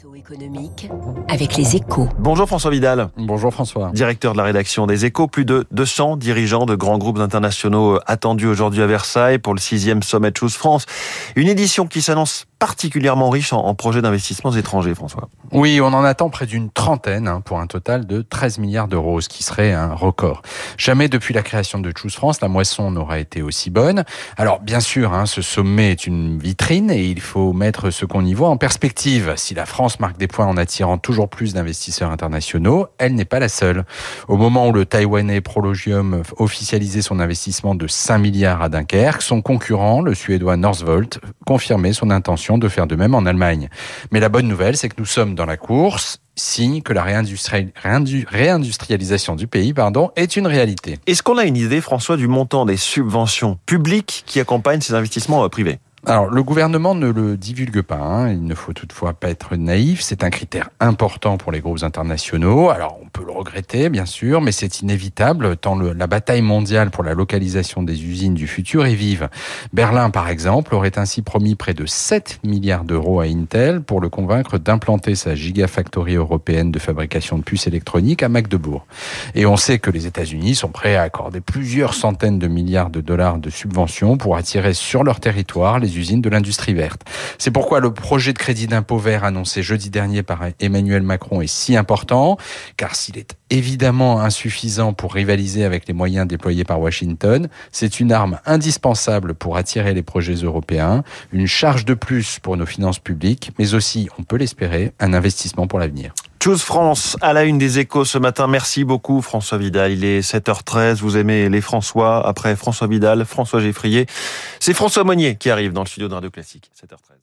L'édito économique avec Les Échos. Bonjour François Vidal. Bonjour François. Directeur de la rédaction des Échos. Plus de 200 dirigeants de grands groupes internationaux attendus aujourd'hui à Versailles pour le 6e Sommet Choose France. Une édition qui s'annonce particulièrement riche en projets d'investissements étrangers, François. Oui, on en attend près d'une trentaine pour un total de 13 milliards d'euros, ce qui serait un record. Jamais depuis la création de Choose France, la moisson n'aura été aussi bonne. Alors bien sûr, ce sommet est une vitrine et il faut mettre ce qu'on y voit en perspective. Si la France marque des points en attirant toujours plus d'investisseurs internationaux, elle n'est pas la seule. Au moment où le Taïwanais Prologium officialisait son investissement de 5 milliards à Dunkerque, son concurrent, le Suédois Northvolt, confirmait son intention de faire de même en Allemagne. Mais la bonne nouvelle, c'est que nous sommes dans la course, signe que la réindustrialisation du pays est une réalité. Est-ce qu'on a une idée, François, du montant des subventions publiques qui accompagnent ces investissements privés ? Alors, le gouvernement ne le divulgue pas. Il ne faut toutefois pas être naïf. C'est un critère important pour les groupes internationaux. Alors, on peut le regretter, bien sûr, mais c'est inévitable tant la bataille mondiale pour la localisation des usines du futur est vive. Berlin, par exemple, aurait ainsi promis près de 7 milliards d'euros à Intel pour le convaincre d'implanter sa gigafactory européenne de fabrication de puces électroniques à Magdebourg. Et on sait que les États-Unis sont prêts à accorder plusieurs centaines de milliards de dollars de subventions pour attirer sur leur territoire les usines de l'industrie verte. C'est pourquoi le projet de crédit d'impôt vert annoncé jeudi dernier par Emmanuel Macron est si important, car s'il est évidemment insuffisant pour rivaliser avec les moyens déployés par Washington, c'est une arme indispensable pour attirer les projets européens, une charge de plus pour nos finances publiques, mais aussi, on peut l'espérer, un investissement pour l'avenir. Choose France à la une des Échos ce matin. Merci beaucoup François Vidal. Il est 7h13. Vous aimez les François. Après François Vidal, François Geffrier. C'est François Monnier qui arrive dans le studio de Radio Classique. 7h13.